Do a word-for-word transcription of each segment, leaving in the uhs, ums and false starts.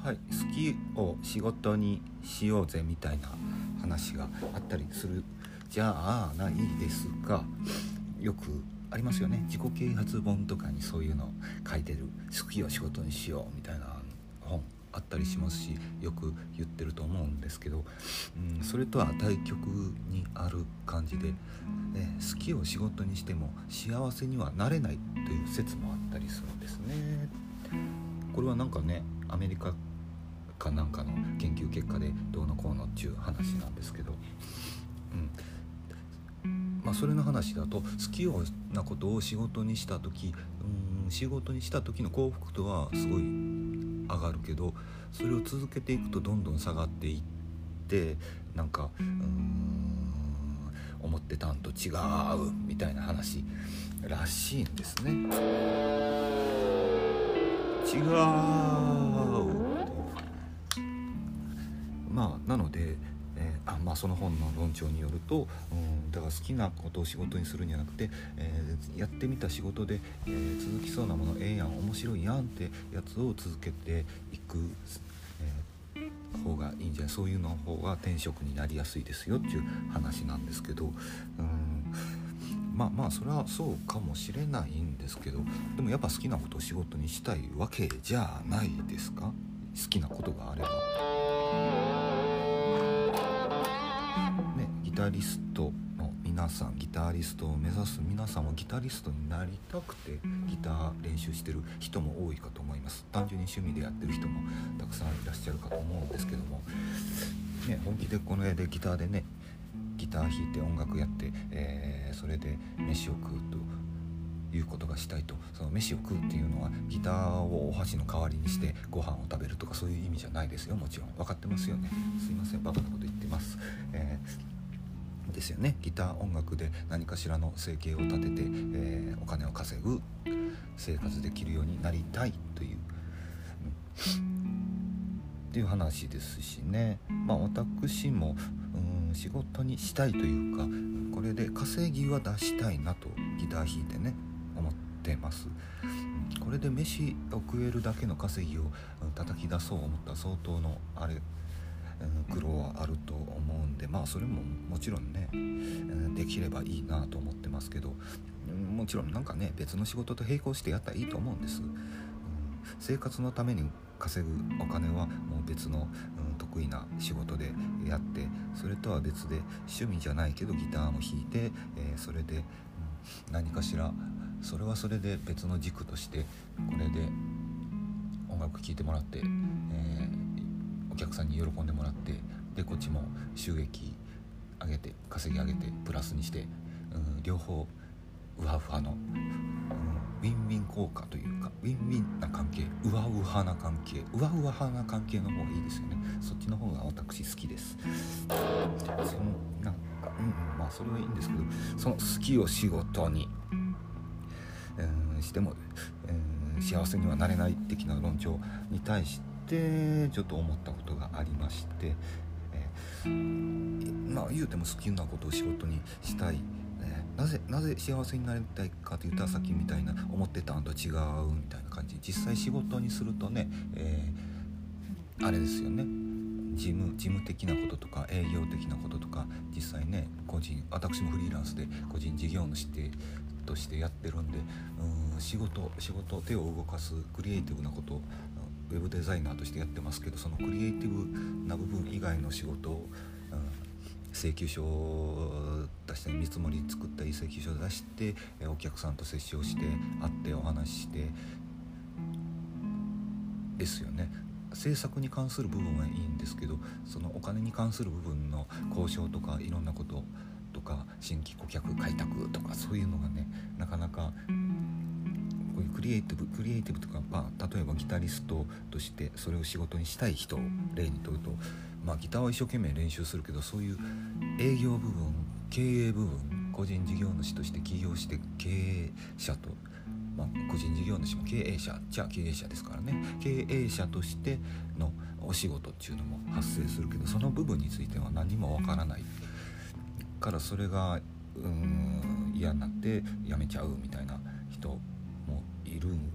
はい、好きを仕事にしようぜみたいな話があったりするじゃあないですか。よくありますよね。自己啓発本とかにそういうの書いてる、好きを仕事にしようみたいな本あったりしますし、よく言ってると思うんですけど、うん、それとは対極にある感じで、ね、好きを仕事にしても幸せにはなれないという説もあったりするんですね。これはなんかね、アメリカかなんかの研究結果でどうのこうのっていう話なんですけど、うんまあ、それの話だと、好きなことを仕事にした時、うん仕事にした時の幸福度はすごい上がるけど、それを続けていくとどんどん下がっていって、なんかうーん思ってたんと違うみたいな話らしいんですね。違うまあなので、えーあまあ、その本の論調によると、うん、だから好きなことを仕事にするんじゃなくて、えーやってみた仕事で、えー続きそうなもの、ええやん、面白いやんってやつを続けていく、えー方がいいんじゃない、そういうの方が転職になりやすいですよっていう話なんですけど、うんまあまあそれはそうかもしれないんですけど、でもやっぱ好きなことを仕事にしたいわけじゃないですか。好きなことがあればね、ギタリストの皆さん、ギタリストを目指す皆さんはギタリストになりたくてギター練習してる人も多いかと思います。単純に趣味でやってる人もたくさんいらっしゃるかと思うんですけども、ね、本気でこの絵でギターでね、ギター弾いて音楽やって、えー、それで飯を食うということがしたいと。その飯を食うっていうのはギターをお箸の代わりにしてご飯を食べるとかそういう意味じゃないですよ。もちろん分かってますよね。すいません、バカなこと言ってます、えー、ですよね。ギター音楽で何かしらの生計を立てて、えー、お金を稼ぐ生活できるようになりたいという、うん、っていう話ですしね。まあ私もうん仕事にしたいというか、これで稼ぎは出したいなとギター弾いてね思ってます。これで飯を食えるだけの稼ぎを叩き出そう思ったら相当のあれ苦労はあると思うんで、まあそれももちろんねできればいいなと思ってますけど、もちろんなんかね別の仕事と並行してやったらいいと思うんです。生活のために稼ぐお金はもう別の、うん、得意な仕事でやって、それとは別で趣味じゃないけどギターも弾いて、えー、それで、うん、何かしらそれはそれで別の軸としてこれで音楽聴いてもらって、えー、お客さんに喜んでもらって、でこっちも収益上げて稼ぎ上げてプラスにして、うん、両方ウハウハの、うん、ウィンウィン効果というかウィンウィンな関係、ウワウハな関係、ウワウハな関係の方がいいですよね。そっちの方が私好きです。そのなんか、うんうん、まあそれはいいんですけど、その好きを仕事に、うん、しても、うん、幸せにはなれない的な論調に対してちょっと思ったことがありまして、えー、まあ言うても好きなことを仕事にしたい、なぜなぜ幸せになりたいかというと、さっきみたいな思ってたのと違うみたいな感じ。実際仕事にするとね、えー、あれですよね、事務事務的なこととか営業的なこととか、実際ね個人、私もフリーランスで個人事業主でとしてやってるんで、うん仕事仕事手を動かすクリエイティブなことをウェブデザイナーとしてやってますけど、そのクリエイティブな部分以外の仕事を、うん請求書を出して見積もり作ったり請求書を出してお客さんと接触して会ってお話ししてですよね。制作に関する部分はいいんですけど、そのお金に関する部分の交渉とかいろんなこととか新規顧客開拓とかそういうのがね、なかなかこういうクリエイティブクリエイティブとか、まあ、例えばギタリストとしてそれを仕事にしたい人を例にとると、まあ、ギターは一生懸命練習するけど、そういう営業部分、経営部分、個人事業主として起業して経営者と、まあ、個人事業主も経営者じゃあ経営者ですからね、経営者としてのお仕事っていうのも発生するけど、その部分については何もわからないから、それがうーん嫌になって辞めちゃうみたいな人もいる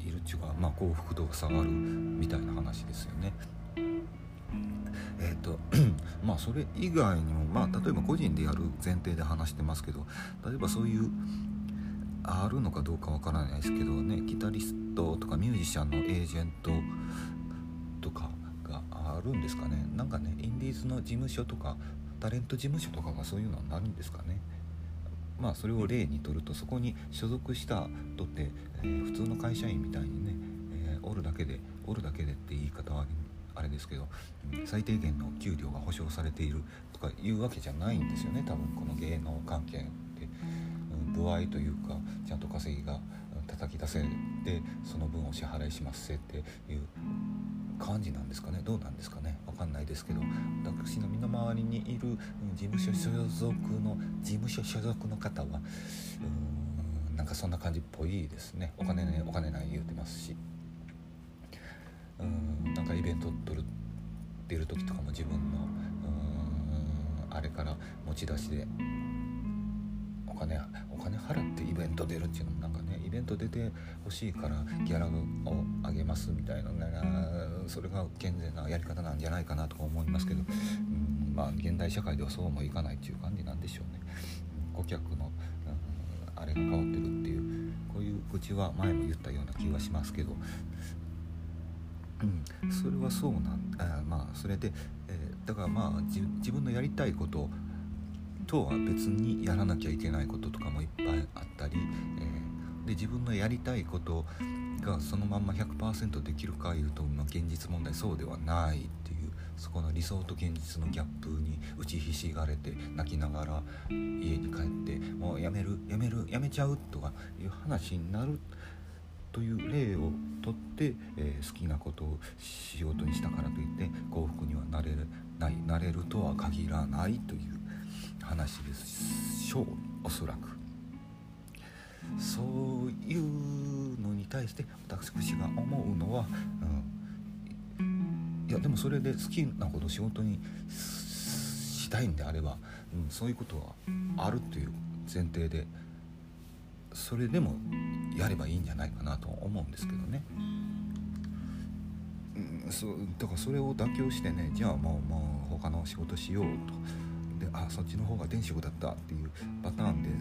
いるっていうか、まあ、幸福度が下がるみたいな話ですよね。えーとまあそれ以外にも、まあ、例えば個人でやる前提で話してますけど、例えばそういうあるのかどうかわからないですけどね、ギタリストとかミュージシャンのエージェントとかがあるんですかね。なんかね、インディーズの事務所とかタレント事務所とかがそういうのになるんですかね。まあそれを例にとると、そこに所属したとって、えー、普通の会社員みたいにね、えー、おるだけでおるだけでって言い方はあれですけど、最低限の給料が保証されているとかいうわけじゃないんですよね。多分この芸能関係って、うん、歩合というかちゃんと稼ぎが叩き出せて、その分お支払いしますっていう感じなんですかね。どうなんですかね、わかんないですけど、私の身の回りにいる事務所所属の事務所所属の方はうーんなんかそんな感じっぽいですね。お金ねお金ない言うてますし、うーんなんかイベント取る出る時とかも自分のうーんあれから持ち出しでお金お金払ってイベント出るっていうのもなんかね、イベント出てほしいからギャラを上げますみたいなね、それが健全なやり方なんじゃないかなとか思いますけど、うんまあ現代社会ではそうもいかないっていう感じなんでしょうね。顧客の、うん、あれが変わってるっていう、こういう愚痴は前も言ったような気はしますけど、うん、それはそうなんあまあそれで、えー、だからまあ自分のやりたいこととは別にやらなきゃいけないこととかもいっぱいあったり、えー、で自分のやりたいことがそのまんま ひゃくパーセント できるかいうと、まあ、現実問題そうではないっていう、そこの理想と現実のギャップに打ちひしがれて泣きながら家に帰ってもうやめるやめるやめちゃうとかいう話になるという例をとって、えー、好きなことを仕事にしたからといって幸福にはなれないなれるとは限らないという話でしょう。おそらくそういうのに対して私が思うのは、うん、いやでもそれで好きなことを仕事にしたいんであれば、うん、そういうことはあるという前提でそれでもやればいいんじゃないかなと思うんですけどね。うん、そうだからそれを妥協してね、じゃあもうもう他の仕事しようとで、あそっちの方が転職だったっていうパターンで、うん、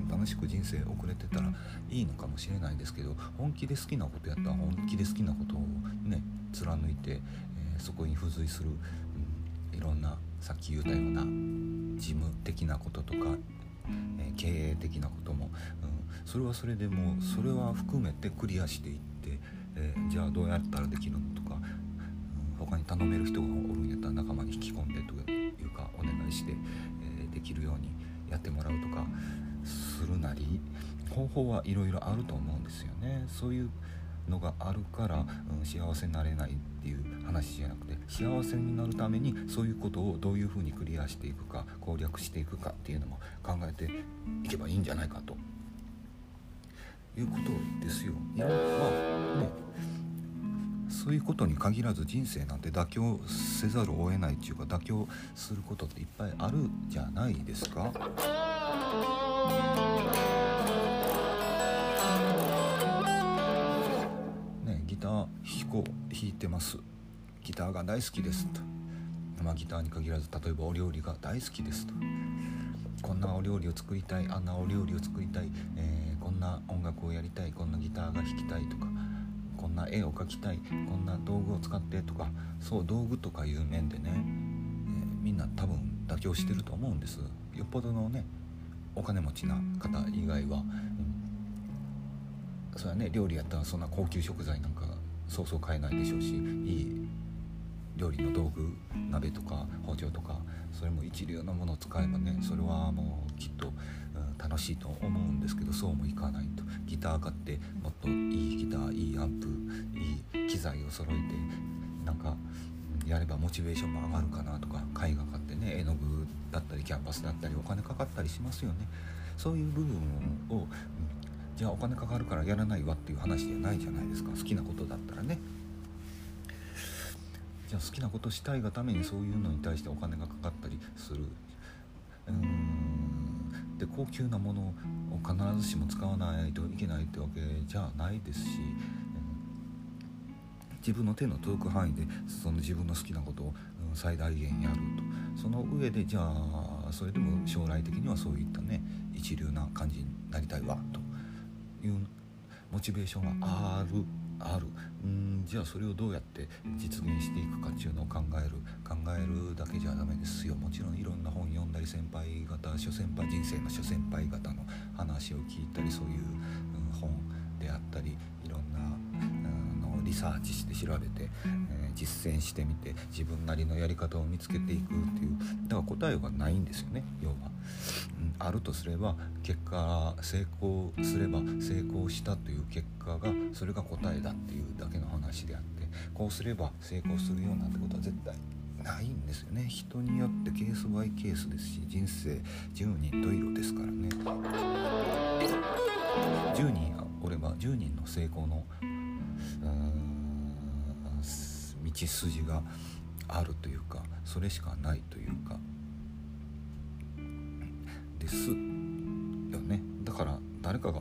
楽しく人生送れてたらいいのかもしれないですけど、本気で好きなことやったら本気で好きなことをね貫いて、えー、そこに付随する、うん、いろんなさっき言ったような事務的なこととか、えー、経営的なことも、うん、それはそれでもうそれは含めてクリアしていって、えー、じゃあどうやったらできるのとか、うん、他に頼める人がおるんやったら仲間に引き込んでというかお願いして、えー、できるようにやってもらうとかするなり、方法はいろいろあると思うんですよね。そういうのがあるから、うん、幸せになれないっていう話じゃなくて、幸せになるためにそういうことをどういうふうにクリアしていくか攻略していくかっていうのも考えていけばいいんじゃないかということですよ。いやまあね、そういうことに限らず人生なんて妥協せざるを得ないっていうか、妥協することっていっぱいあるじゃないですか。ね、ギター弾こう弾いてます、ギターが大好きですと、まあギターに限らず例えばお料理が大好きですと、こんなお料理を作りたい、あんなお料理を作りたい、えー、こんな音楽をやりたい、こんなギターが弾きたいとか、こんな絵を描きたい、こんな道具を使ってとか、そう道具とかいう面でね、えー、みんな多分妥協してると思うんです。よっぽどのねお金持ちな方以外は、うん、それはね料理やったらそんな高級食材なんかそうそう買えないでしょうし、いい料理の道具、鍋とか包丁とか、それも一流のものを使えばね、それはもうきっと、うん、楽しいと思うんですけど、そうもいかないと。ギター買ってもっといいギター、いいアンプ、いい機材を揃えてなんかやればモチベーションも上がるかなとか、絵画買ってね絵の具だったりキャンバスだったりお金かかったりしますよね。そういう部分を、うん、じゃあお金かかるからやらないわっていう話じゃないじゃないですか。好きなことだったらね、じゃあ好きなことしたいがためにそういうのに対してお金がかかったりする。うーんで高級なものを必ずしも使わないといけないってわけじゃないですし、 自分の手の届く範囲でその自分の好きなことを、うん、最大限やると。その上でじゃあそれでも将来的にはそういったね一流な感じになりたいわというモチベーションがあるあるうんじゃあそれをどうやって実現していくかっていうのを考える考えるだけじゃダメですよ。もちろんいろんな本読んだり先輩方諸先輩人生の諸先輩方の話を聞いたりそういう、うん、本であったりいろんな、うん、のリサーチして調べて、えー、実践してみて自分なりのやり方を見つけていくっていうだから答えがないんですよね要は、うん、あるとすれば結果成功すれば成功したという結果がそれが答えだっていうだけの話であってこうすれば成功するようなんてことは絶対ないんですよね。人によってケースバイケースですし人生十人十色ですからね。じゅうにんおればじゅうにんの成功のうーん道筋があるというかそれしかないというかですよね。だから誰かが、うん、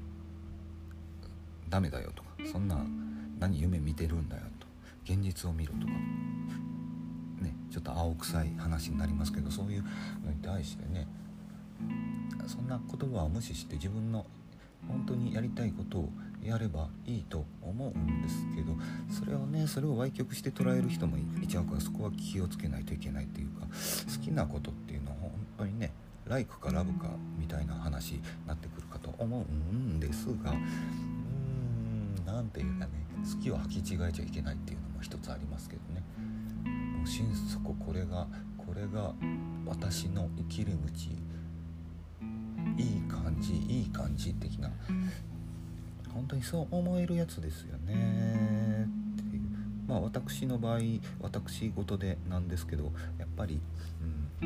ダメだよとかそんな何夢見てるんだよと現実を見ろとかねちょっと青臭い話になりますけどそういうのに対してねそんな言葉を無視して自分の本当にやりたいことをやればいいと思うんですけどそれをねそれを歪曲して捉える人もいちゃうからそこは気をつけないといけないっていうか好きなことっていうのは本当にねライクかラブかみたいな話になってくるかと思うんですがうーんなんていうかね好きを履き違えちゃいけないっていうのも一つありますけどねもう心底これがこれが私の生きる道いい感じいい感じ的な本当にそう思えるやつですよねっていうまあ私の場合私事でなんですけどやっぱり、うん、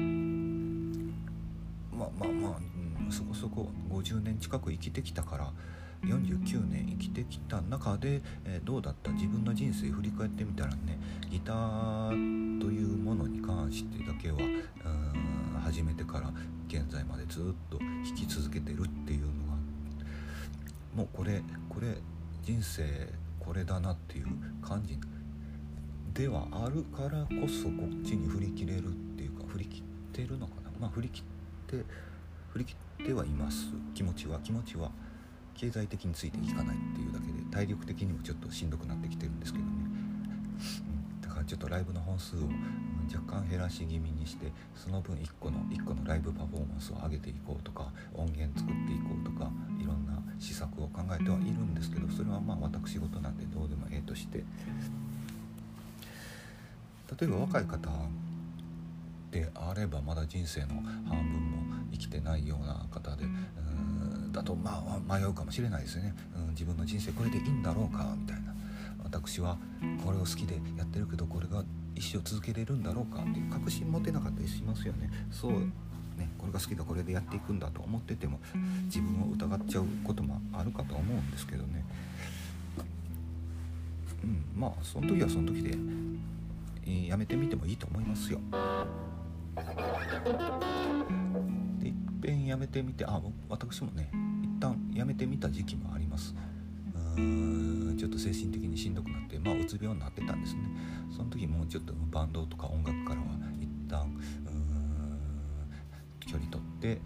まあまあまあ、うん、そこそこごじゅうねん近く生きてきたからよんじゅうきゅうねん生きてきた中で、えー、どうだった自分の人生振り返ってみたらねギターというものに関してだけはうん始めてから現在までずっと弾き続けてるっていうのがもうこれこれ人生これだなっていう感じではあるからこそこっちに振り切れるっていうか振り切ってるのかなまあ振り切って振り切ってはいます気持ちは気持ちは経済的についていかないっていうだけで体力的にもちょっとしんどくなってきてるんですけどね、うん、だからちょっとライブの本数を若干減らし気味にしてその分いっこのいっこのライブパフォーマンスを上げていこうとか音源作っていこうとかいろんな施策を考えてはいるんですけどそれはまあ私事なんでどうでもええとして例えば若い方であればまだ人生の半分も生きてないような方でうーんだとまあ迷うかもしれないですよね、うん、自分の人生これでいいんだろうかみたいな私はこれを好きでやってるけどこれが一生続けれるんだろうかっていう確信持てなかったりしますよね。そうねこれが好きだこれでやっていくんだと思ってても自分を疑っちゃうこともあるかと思うんですけどね、うん、まあその時はその時で、えー、やめてみてもいいと思いますよ。でいっぺんやめてみてあ私もね一旦やめてみた時期もあります。うーんちょっと精神的にしんどくなってまあうつ病になってたんですね。その時もちょっとバンドとか音楽からは一旦うーん距離取って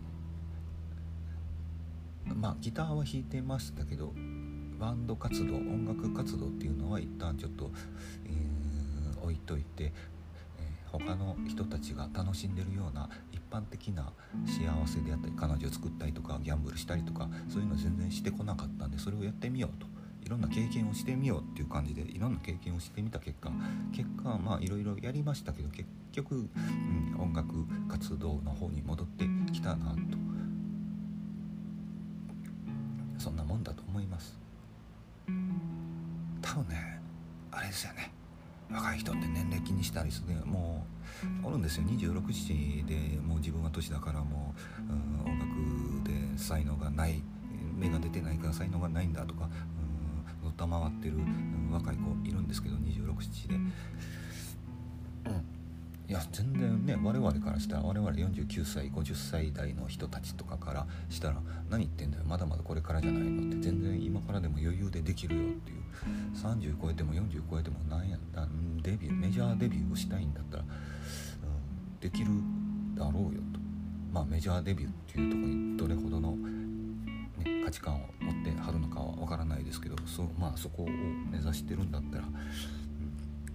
まあギターは弾いてましたけどバンド活動音楽活動っていうのは一旦ちょっと、えー、置いといて、えー、他の人たちが楽しんでるような一般的な幸せであったり彼女を作ったりとかギャンブルしたりとかそういうの全然してこなかったんでそれをやってみようといろんな経験をしてみようっていう感じでいろんな経験をしてみた結果結果はまあいろいろやりましたけど結局、うん、音楽活動の方に戻ってきたなとそんなもんだと思います。多分ねあれですよね若い人って年齢気にしたりするもうおるんですよ。にじゅうろく歳でもう自分は年だからもう、うん、音楽で才能がない芽が出てないから才能がないんだとか乗った回ってる、うん、若い子いるんですけどにじゅうろく歳で、うん、いや全然ね我々からしたら我々よんじゅうきゅうさいごじゅっさい代の人たちとかからしたら何言ってんだよまだまだこれからじゃないのって全然今かからでも余裕でできるよっていう、さんじゅう超えてもよんじゅう超えてもなんやデビューメジャーデビューをしたいんだったら、うん、できるだろうよと。まあメジャーデビューっていうところにどれほどの、ね、価値観を持ってはるのかはわからないですけど、そ、まあ、そこを目指してるんだったら、うん、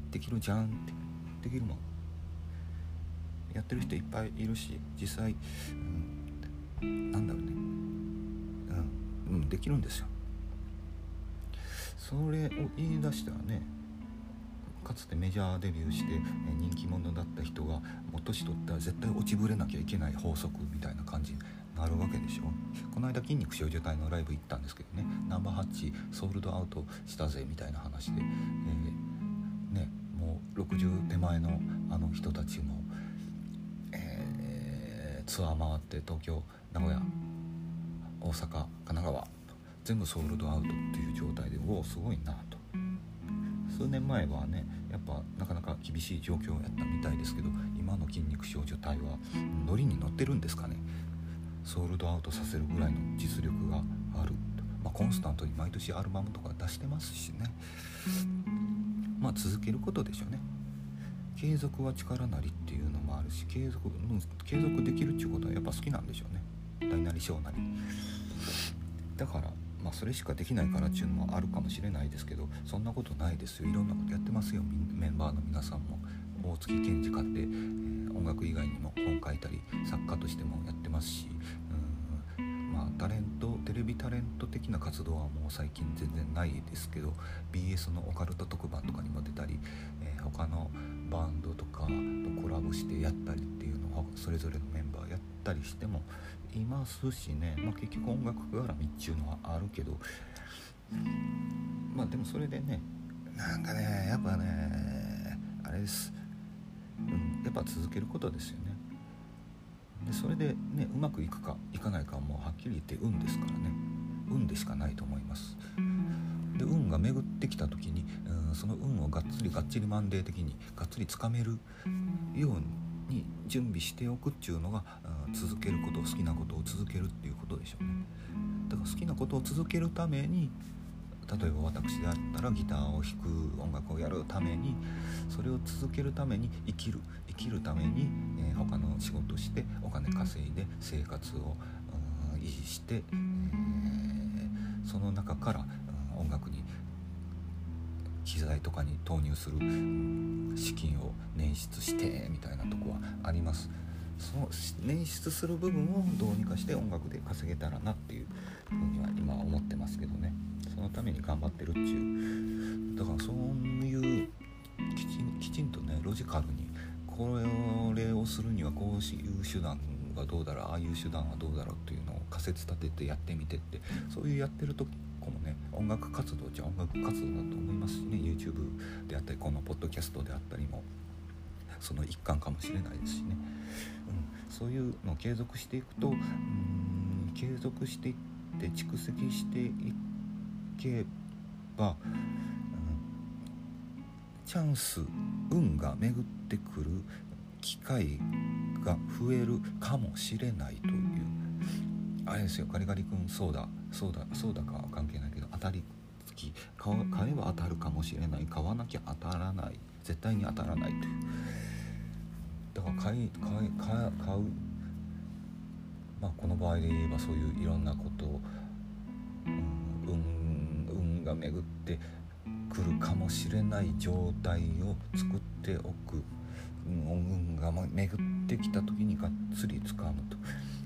できるじゃんって、できるもんやってる人いっぱいいるし、実際、うん、なんだろうね、うんうん、できるんですよ。それを言い出したらね、かつてメジャーデビューして人気者だった人がもう年取ったら絶対落ちぶれなきゃいけない法則みたいな感じになるわけでしょ。この間筋肉少女隊のライブ行ったんですけどね、ナンバーハッチソールドアウトしたぜみたいな話で、えー、ね、もうろくじゅう手前のあの人たちも、えー、ツアー回って東京、名古屋、大阪、神奈川全部ソールドアウトっていう状態で、おおすごいなと。数年前はねやっぱなかなか厳しい状況やったみたいですけど、今の筋肉少女隊はノリに乗ってるんですかね。ソールドアウトさせるぐらいの実力がある、まあ、コンスタントに毎年アルバムとか出してますしね、まあ続けることでしょうね。継続は力なりっていうのもあるし、継続、うん、継続できるっていうことはやっぱ好きなんでしょうね。大なり小なりだから、まあそれしかできないからっていうのもあるかもしれないですけど、そんなことないですよ。いろんなことやってますよ。メンバーの皆さんも大月健二買って、えー、音楽以外にも本書いたり作家としてもやってますし、うん、まあタレントテレビタレント的な活動はもう最近全然ないですけど、 ビーエス のオカルト特番とかにも出たり、えー、他のバンドとかとコラボしてやったりっていうのをそれぞれのメンバーやったりしてもいますしね、まあ、結局音楽絡みっていうのはあるけど、まあでもそれでね、なんかねやっぱねあれです、うん、やっぱ続けることですよね。でそれでねうまくいくかいかないかはもうはっきり言って運ですからね。運でしかないと思います。で運が巡ってきた時に、うん、その運をがっつりがっちりマンデー的にがっつりつかめるように準備しておくっていうのが、うん、続けること、好きなことを続けるっていうことでしょうね。だから好きなことを続けるために、例えば私であったらギターを弾く、音楽をやるために、それを続けるために生きる生きるために、えー、他の仕事してお金稼いで生活を、うん、維持して、えー、その中から、うん、音楽に機材とかに投入する資金を捻出してみたいなとこはあります。その捻出する部分をどうにかして音楽で稼げたらなっていうふうには今思ってますけどね。そのために頑張ってるっていう、だからそういうきちん、きちんとねロジカルにこれをするにはこういう手段がどうだろう、ああいう手段はどうだろうっていうのを仮説立ててやってみてって、そういうやってるとこもね音楽活動じゃ音楽活動だと思いますしね。 YouTube であったりこのポッドキャストであったりもその一環かもしれないですしね、うん、そういうのを継続していくと、うーん継続していって蓄積していけば、うん、チャンス運が巡ってくる機会が増えるかもしれないという、あれですよ、ガリガリ君そうだそうだそうだかは関係ないけど、当たり付き買えば当たるかもしれない、買わなきゃ当たらない、絶対に当たらないという、だから買い買い買い買う、まあこの場合で言えばそういういろんなことを、うん、運運が巡ってくるかもしれない状態を作っておく、うん、運が巡ってきた時にがっつり掴むと。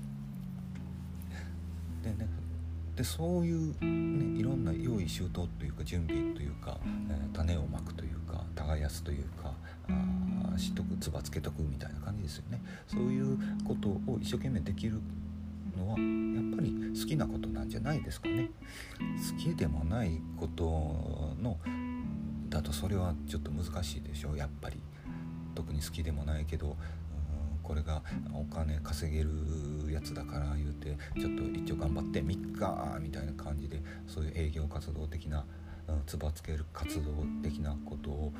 でね、でそういう、ね、いろんな用意周到というか準備というか、えー、種をまくというか耕すというか、あしとくつばつけとくみたいな感じですよね。そういうことを一生懸命できるのはやっぱり好きなことなんじゃないですかね。好きでもないことのだとそれはちょっと難しいでしょう。やっぱり特に好きでもないけど、これがお金稼げるやつだから言うてちょっと一応頑張ってみっかみたいな感じで、そういう営業活動的な、うん、つばつける活動的なことを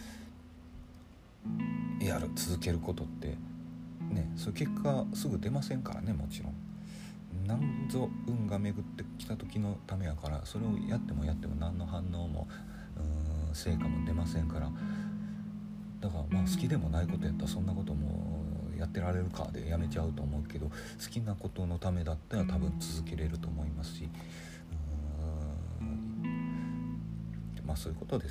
やる続けることってね、そういう結果すぐ出ませんからね。もちろんなんぞ運が巡ってきた時のためやから、それをやってもやっても何の反応もうーん成果も出ませんから、だからまあ好きでもないことやったらそんなこともやってられるかでやめちゃうと思うけど、好きなことのためだったら多分続けれると思いますし、うーんまあそういうことです。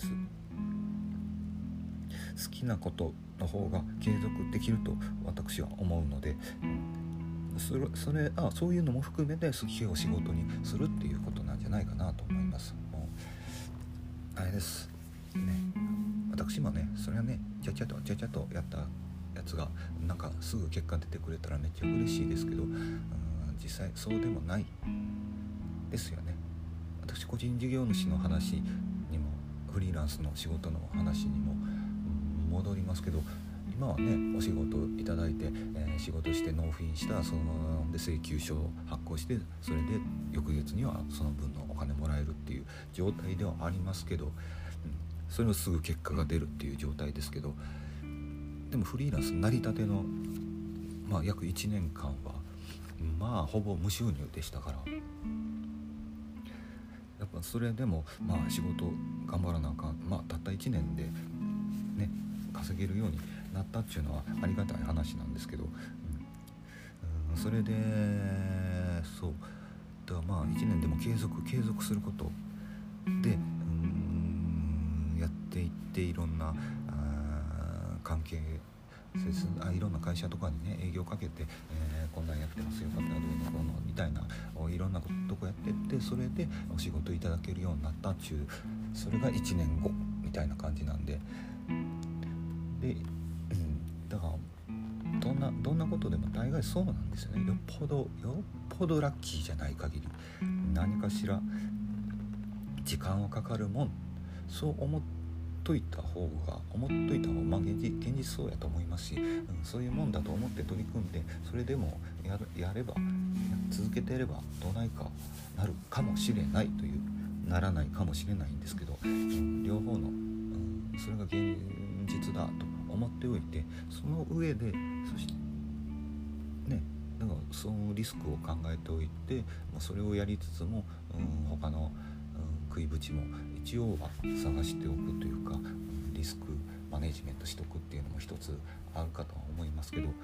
好きなことの方が継続できると私は思うので、それ、それあそういうのも含めて好きを仕事にするっていうことなんじゃないかなと思います。もうあれですね、私もねそれはねちゃちゃとちゃちゃとやったやつがなんかすぐ結果出てくれたらめっちゃ嬉しいですけど、うん実際そうでもないですよね。私個人事業主の話にもフリーランスの仕事の話にも、うん、戻りますけど、今はねお仕事いただいて、えー、仕事して納品したそので請求書を発行して、それで翌月にはその分のお金もらえるっていう状態ではありますけど、うん、それをすぐ結果が出るっていう状態ですけど、でもフリーランス成り立ての、まあ、約いちねんかんはまあほぼ無収入でしたから、やっぱそれでもまあ仕事頑張らなあかん、まあたったいちねんでね稼げるようになったっていうのはありがたい話なんですけど、うんうん、それでそうだからまあいちねんでも継続継続することで、うーんやっていっていろんな関係あいろんな会社とかにね営業かけて、えー、こんなんやってますよかったらどうのこうのみたいないろんなとこやってって、それでお仕事いただけるようになったっちゅう、それがいちねんごみたいな感じなんで、で、うん、だからどんなどんなことでも大概そうなんですよね。よっぽどよっぽどラッキーじゃない限り何かしら時間はかかるもん、そう思ってといた方が思っといた方が、まあ、現実、現実そうやと思いますし、うん、そういうもんだと思って取り組んで、それでも や, やれば続けてればどないかなるかもしれないという、ならないかもしれないんですけど、うん、両方の、うん、それが現実だと思っておいて、その上でそしてねだからそのリスクを考えておいて、それをやりつつも、うん、他の食いぶちも一応は探しておくというか、リスクマネジメントしておくっていうのも一つあるかとは思いますけど、ね、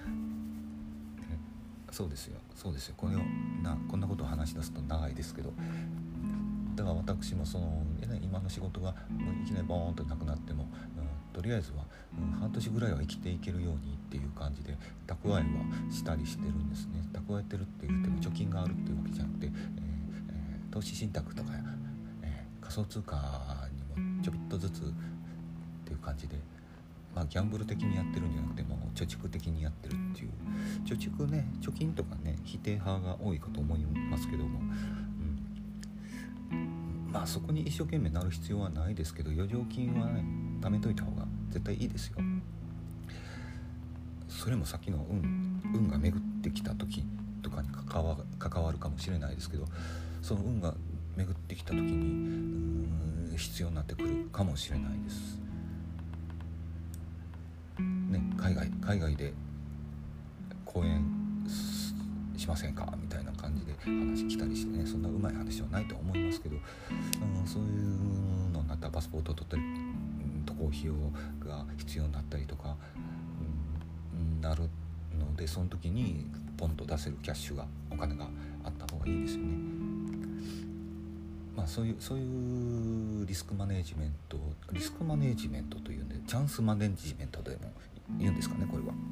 そうですよそうですよこれをなこんなことを話し出すと長いですけど、だから私もその、ね、今の仕事がもういきなりボーンとなくなっても、うん、とりあえずは、うん、半年ぐらいは生きていけるようにっていう感じで蓄えはしたりしてるんですね。蓄えてるって言っても貯金があるっていうわけじゃなくて、えーえー、投資信託とか仮想通貨にもちょびっとずつっていう感じで、まあギャンブル的にやってるんじゃなくても貯蓄的にやってるっていう、貯蓄ね貯金とかね否定派が多いかと思いますけども、うん、まあそこに一生懸命なる必要はないですけど、余剰金はね貯めといた方が絶対いいですよ。それもさっきの運運が巡ってきた時とかに関わ、関わるかもしれないですけど、その運が巡ってきた時にうーん必要になってくるかもしれないです、ね、海外海外で講演しませんかみたいな感じで話来たりしてね、そんなうまい話はないと思いますけど、うん、そういうのになったらパスポートを取ったり、うん、渡航費用が必要になったりとか、うん、なるので、その時にポンと出せるキャッシュがお金があった方がいいですよね。まあ、そういうそういうリスクマネジメントリスクマネジメントというんで、チャンスマネジメントでも言うんですかねこれは、うん、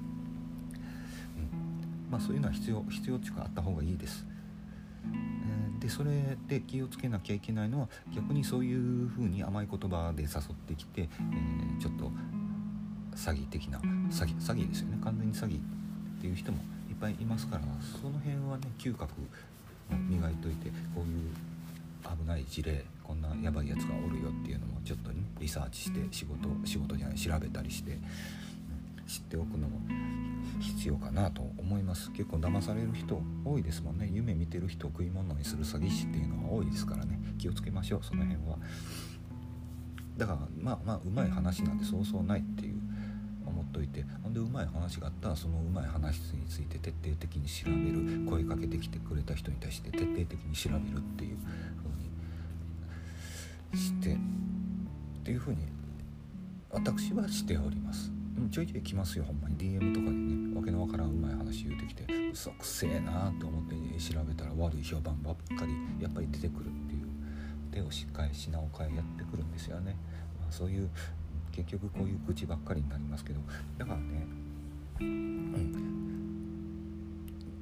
まあそういうのは必要必要値があった方がいいです、えー、でそれで気をつけなきゃいけないのは、逆にそういう風に甘い言葉で誘ってきて、えー、ちょっと詐欺的な詐欺詐欺ですよね、完全に詐欺っていう人もいっぱいいますから、その辺はね嗅覚を磨いといて、こういう危ない事例、こんなやばいやつがおるよっていうのもちょっと、ね、リサーチして仕事仕事じゃない調べたりして、うん、知っておくのも必要かなと思います。結構騙される人多いですもんね。夢見てる人を食い物にする詐欺師っていうのは多いですからね、気をつけましょうその辺は。だからまあまあうまい話なんでそうそうないっていう思っといて、ほんでうまい話があったらそのうまい話について徹底的に調べる、声かけてきてくれた人に対して徹底的に調べるっていう風にしてっていう風に私はしております。ちょいちょい来ますよ、ほんまに ディーエム とかでね、わけのわからんうまい話言うてきて嘘くせえなと思って調べたら悪い評判ばっかりやっぱり出てくるっていう、手をしっかり品を変えやってくるんですよね。まあ、そういう結局こういう口ばっかりになりますけど、だからね、うん、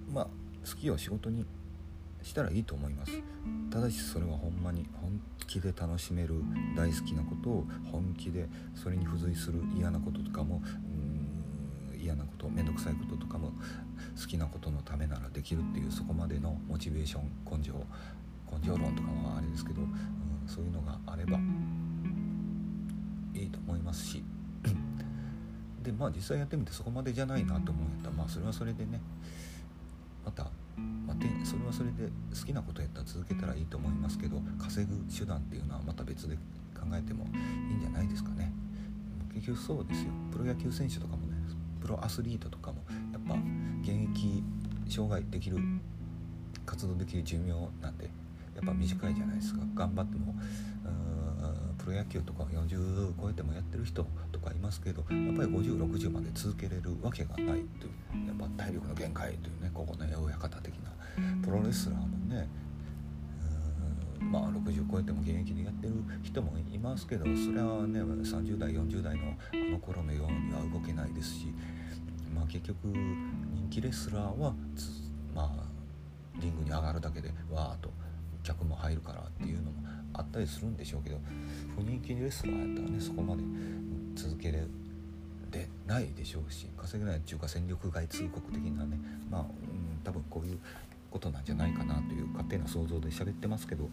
まあ好きを仕事にしたらいいと思います。ただしそれはほんまに本気で楽しめる大好きなことを本気で、それに付随する嫌なこととかも、うーん嫌なこと、めんどくさいこととかも好きなことのためならできるっていう、そこまでのモチベーション、根性根性論とかはあれですけど、うん、そういうのがあればいいと思いますしでまあ実際やってみてそこまでじゃないなと思うんやったら、まあそれはそれでね、またまあ、それはそれで好きなことやったら続けたらいいと思いますけど、稼ぐ手段っていうのはまた別で考えてもいいんじゃないですかね。結局そうですよ。プロ野球選手とかもね、プロアスリートとかもやっぱ現役障害できる活動できる寿命なんてやっぱ短いじゃないですか。頑張ってもプロ野球とかよんじゅう超えてもやってる人とかいますけど、やっぱりごじゅうろくじゅうまで続けれるわけがないという、やっぱ体力の限界というね、ここの親方的なプロレスラーもね、うーんまあろくじゅう超えても現役でやってる人もいますけど、それはねさんじゅう代よんじゅう代のあの頃のようには動けないですし、まあ結局人気レスラーはまあリングに上がるだけでわーっと客も入るからっていうのもあったりするんでしょうけど、不人気レスラーやったらねそこまで続けれでないでしょうし、稼げないっていうか戦力外通告的なね、まあ、うん、多分こういうことなんじゃないかなという勝手な想像で喋ってますけど、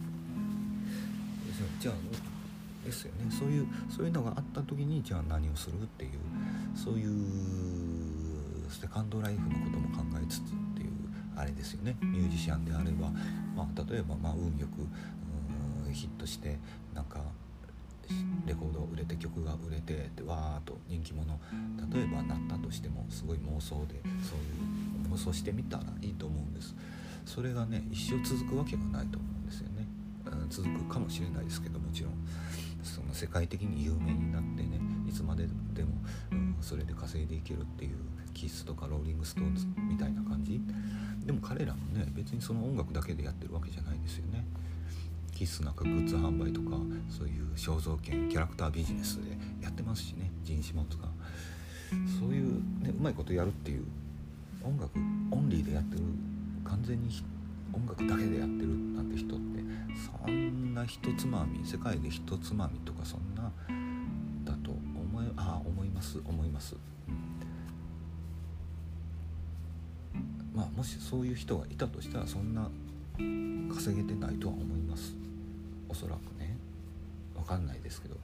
じゃあですよね、そういうそういうのがあった時にじゃあ何をするっていう、そういうセカンドライフのことも考えつつっていうあれですよね。ミュージシャンであれば、まあ、例えばまあ運よくヒットしてなんかレコード売れて曲が売れてでわーっと人気者例えばなったとしても、すごい妄想でそういう妄想してみたらいいと思うんです。それがね一生続くわけがないと思うんですよね。うん、続くかもしれないですけど、もちろんその世界的に有名になってね、いつまででも、うん、それで稼いでいけるっていうキスとかローリングストーンズみたいな感じでも、彼らもね別にその音楽だけでやってるわけじゃないですよね。キスなんかグッズ販売とかそういう肖像権キャラクタービジネスでやってますしね、人種もとかそういう、ね、うまいことやるっていう、音楽オンリーでやってる、完全に音楽だけでやってるなんて人ってそんな一つまみ、世界で一つまみとかそんなだと思いあ思います思います、うん、まあもしそういう人がいたとしたらそんな稼げてないとは思います。おそらくね、わかんないですけど、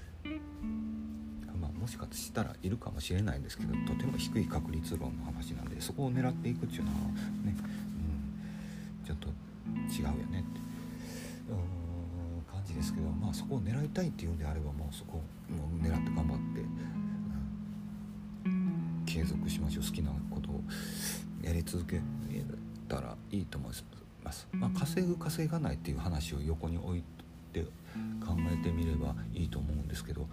まあもしかしたらいるかもしれないんですけど、とても低い確率論の話なんで、そこを狙っていくっていうのはね、うん、ちょっと違うよねってうーん感じですけど、まあそこを狙いたいっていうんであればもうそこをもう狙って頑張って、うん、継続しましょう。好きなことをやり続けたらいいと思います。まあ、稼ぐ稼がないっていう話を横に置いて考えてみればいいと思うんですけど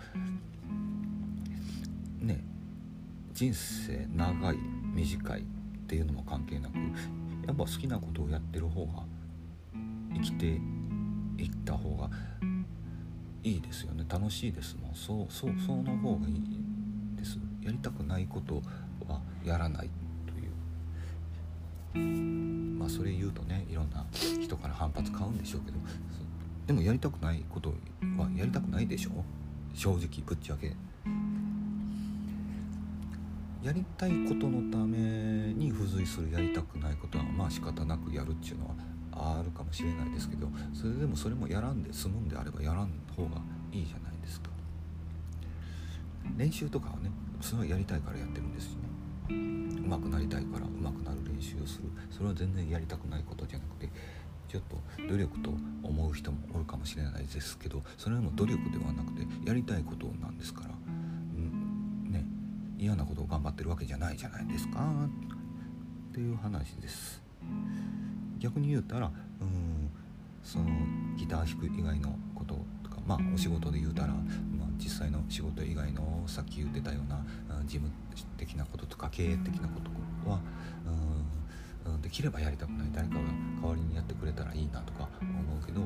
ね、人生長い短いっていうのも関係なく、やっぱ好きなことをやってる方が生きていった方がいいですよね。楽しいですもん。そうそうその方がいいです。やりたくないことはやらないという、まあそれ言うとねいろんな人から反発買うんでしょうけど、でもやりたくないことはやりたくないでしょ、正直ぶっちゃけ。やりたいことのために付随するやりたくないことはまあ仕方なくやるっていうのはあるかもしれないですけど、それでもそれもやらんで済むんであればやらん方がいいじゃないですか。練習とかはねそれはやりたいからやってるんですしね、上手くなりたいから上手くなる練習をする、それは全然やりたくないことじゃなくてちょっと努力と思う人もおるかもしれないですけど、それも努力ではなくてやりたいことなんですから、うんね、 嫌なことを頑張ってるわけじゃないじゃないですかっていう話です。逆に言うたら、うん、そのギター弾く以外のこととか、まあお仕事で言うたら、まあ、実際の仕事以外のさっき言ってたような事務的なこととか経営的なことは、うん、できればやりたくない、誰かが代わりにやってくれたらいいなとか思うけど、うん、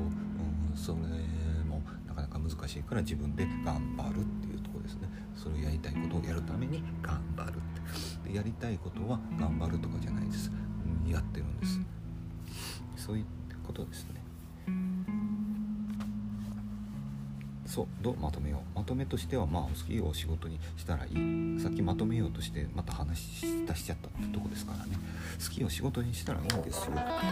それもなかなか難しいから自分で頑張るっていうところですね。それをやりたいことをやるために頑張るってで、やりたいことは頑張るとかじゃないです、うん、やってるんです。そういうことですね。そうどうまとめよう。まとめとしては、まあ好きを仕事にしたらいい。さっきまとめようとしてまた話し出しちゃったってとこですからね。好きを仕事にしたらいいんですよ。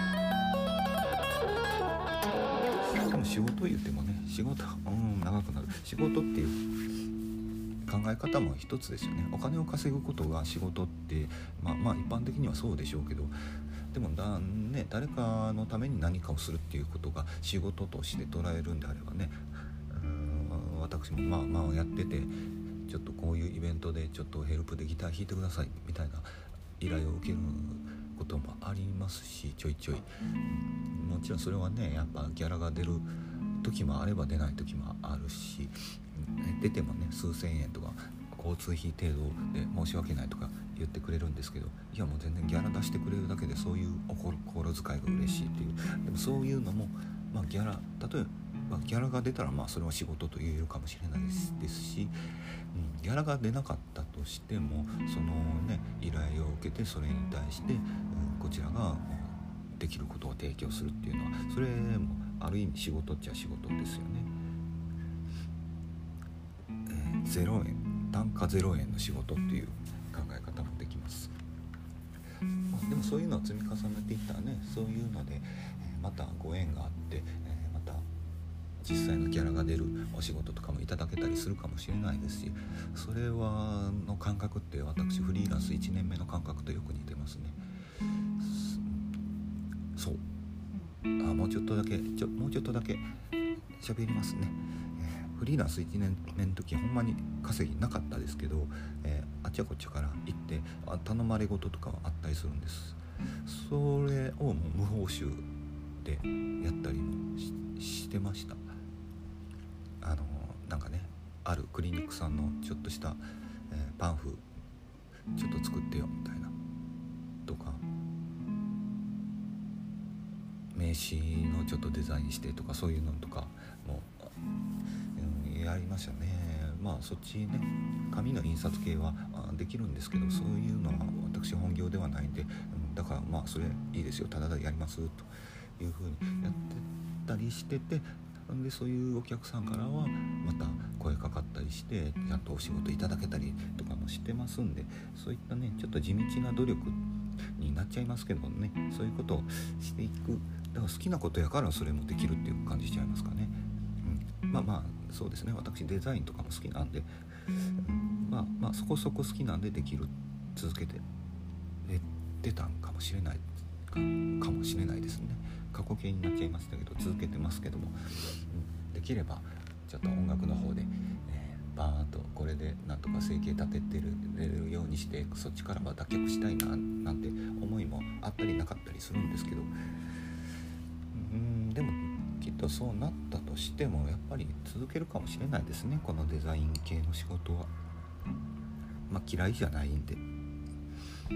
でも仕事言ってもね、仕事うん長くなる。仕事っていう考え方も一つですよね。お金を稼ぐことが仕事って、まあまあ一般的にはそうでしょうけど、でもだ、ね、誰かのために何かをするっていうことが仕事として捉えるんであればね、私もまあまあやってて、ちょっとこういうイベントでちょっとヘルプでギター弾いてくださいみたいな依頼を受けることもありますし、ちょいちょいもちろんそれはね、やっぱギャラが出る時もあれば出ない時もあるし、出てもね数千円とか交通費程度で申し訳ないとか言ってくれるんですけど、いやもう全然ギャラ出してくれるだけでそういうお心遣いが嬉しいっていう。でもそういうのも、まあ、ギャラ例えばまあ、ギャラが出たらまあそれは仕事と言えるかもしれないですですし、うん、ギャラが出なかったとしても、そのね依頼を受けてそれに対して、うん、こちらができることを提供するっていうのは、それもある意味仕事っちゃ仕事ですよね。えー、ゼロえん単価ゼロえんの仕事っていう考え方もできます。まあ、でもそういうのを積み重ねていったらね、そういうので、えー、またご縁があって、えー実際のギャラが出るお仕事とかもいただけたりするかもしれないですし、それはの感覚って私フリーランスいちねんめの感覚とよく似てますね。そうあもうちょっとだけちょもうちょっとだけ喋りますね。えー、フリーランスいちねんめの時ほんまに稼ぎなかったですけど、えー、あっちゃこっちゃから行ってあ頼まれ事とかはあったりするんです。それをもう無報酬でやったりも し, してました。あのなんかね、あるクリニックさんのちょっとした、えー、パンフちょっと作ってよみたいなとか、名刺のちょっとデザインしてとか、そういうのとかも、うん、やりましたね。まあそっちね、紙の印刷系はできるんですけど、そういうのは私本業ではないんで、うん、だからまあそれいいですよ、ただでやりますというふうにやってたりしてて、でそういうお客さんからはまた声かかったりしてちゃんとお仕事いただけたりとかもしてますんで、そういったねちょっと地道な努力になっちゃいますけどね、そういうことをしていく。だから好きなことやからそれもできるっていう感じちゃいますかね。うん、まあまあそうですね、私デザインとかも好きなんで、うん、まあまあそこそこ好きなんでできる続けて出たんかもしれないか, かもしれないですね。過去形になっちゃいましたけど続けてますけども、うん、できればちょっと音楽の方で、えー、バーッとこれでなんとか生計立ててれるようにして、そっちからは脱却したいななんて思いもあったりなかったりするんですけど、うん、でもきっとそうなったとしてもやっぱり続けるかもしれないですね、このデザイン系の仕事は。まあ嫌いじゃないんで、うん、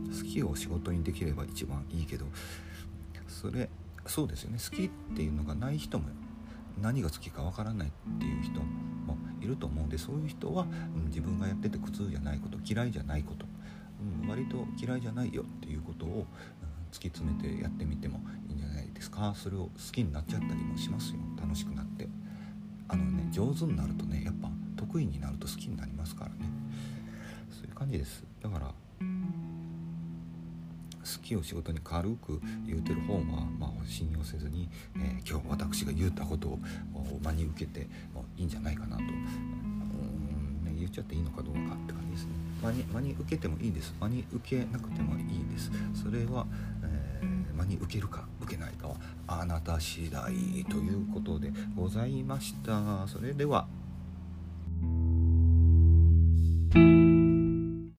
好きを仕事にできれば一番いいけど、それそうですよね、好きっていうのがない人も何が好きかわからないっていう人もいると思うんで、そういう人は、うん、自分がやってて苦痛じゃないこと、嫌いじゃないこと、うん、割と嫌いじゃないよっていうことを、うん、突き詰めてやってみてもいいんじゃないですか。それを好きになっちゃったりもしますよ、楽しくなって。あのね、上手になるとね、やっぱ得意になると好きになりますからね。そういう感じです。だから好きを仕事に軽く言うてる方は、まあ、信用せずに、えー、今日私が言ったことを真に受けてもいいんじゃないかなと、うーん、ね、言っちゃっていいのかどうかって感じですね。真に、真に受けてもいいです。真に受けなくてもいいです。それは、えー、真に受けるか受けないかはあなた次第ということでございました。それでは。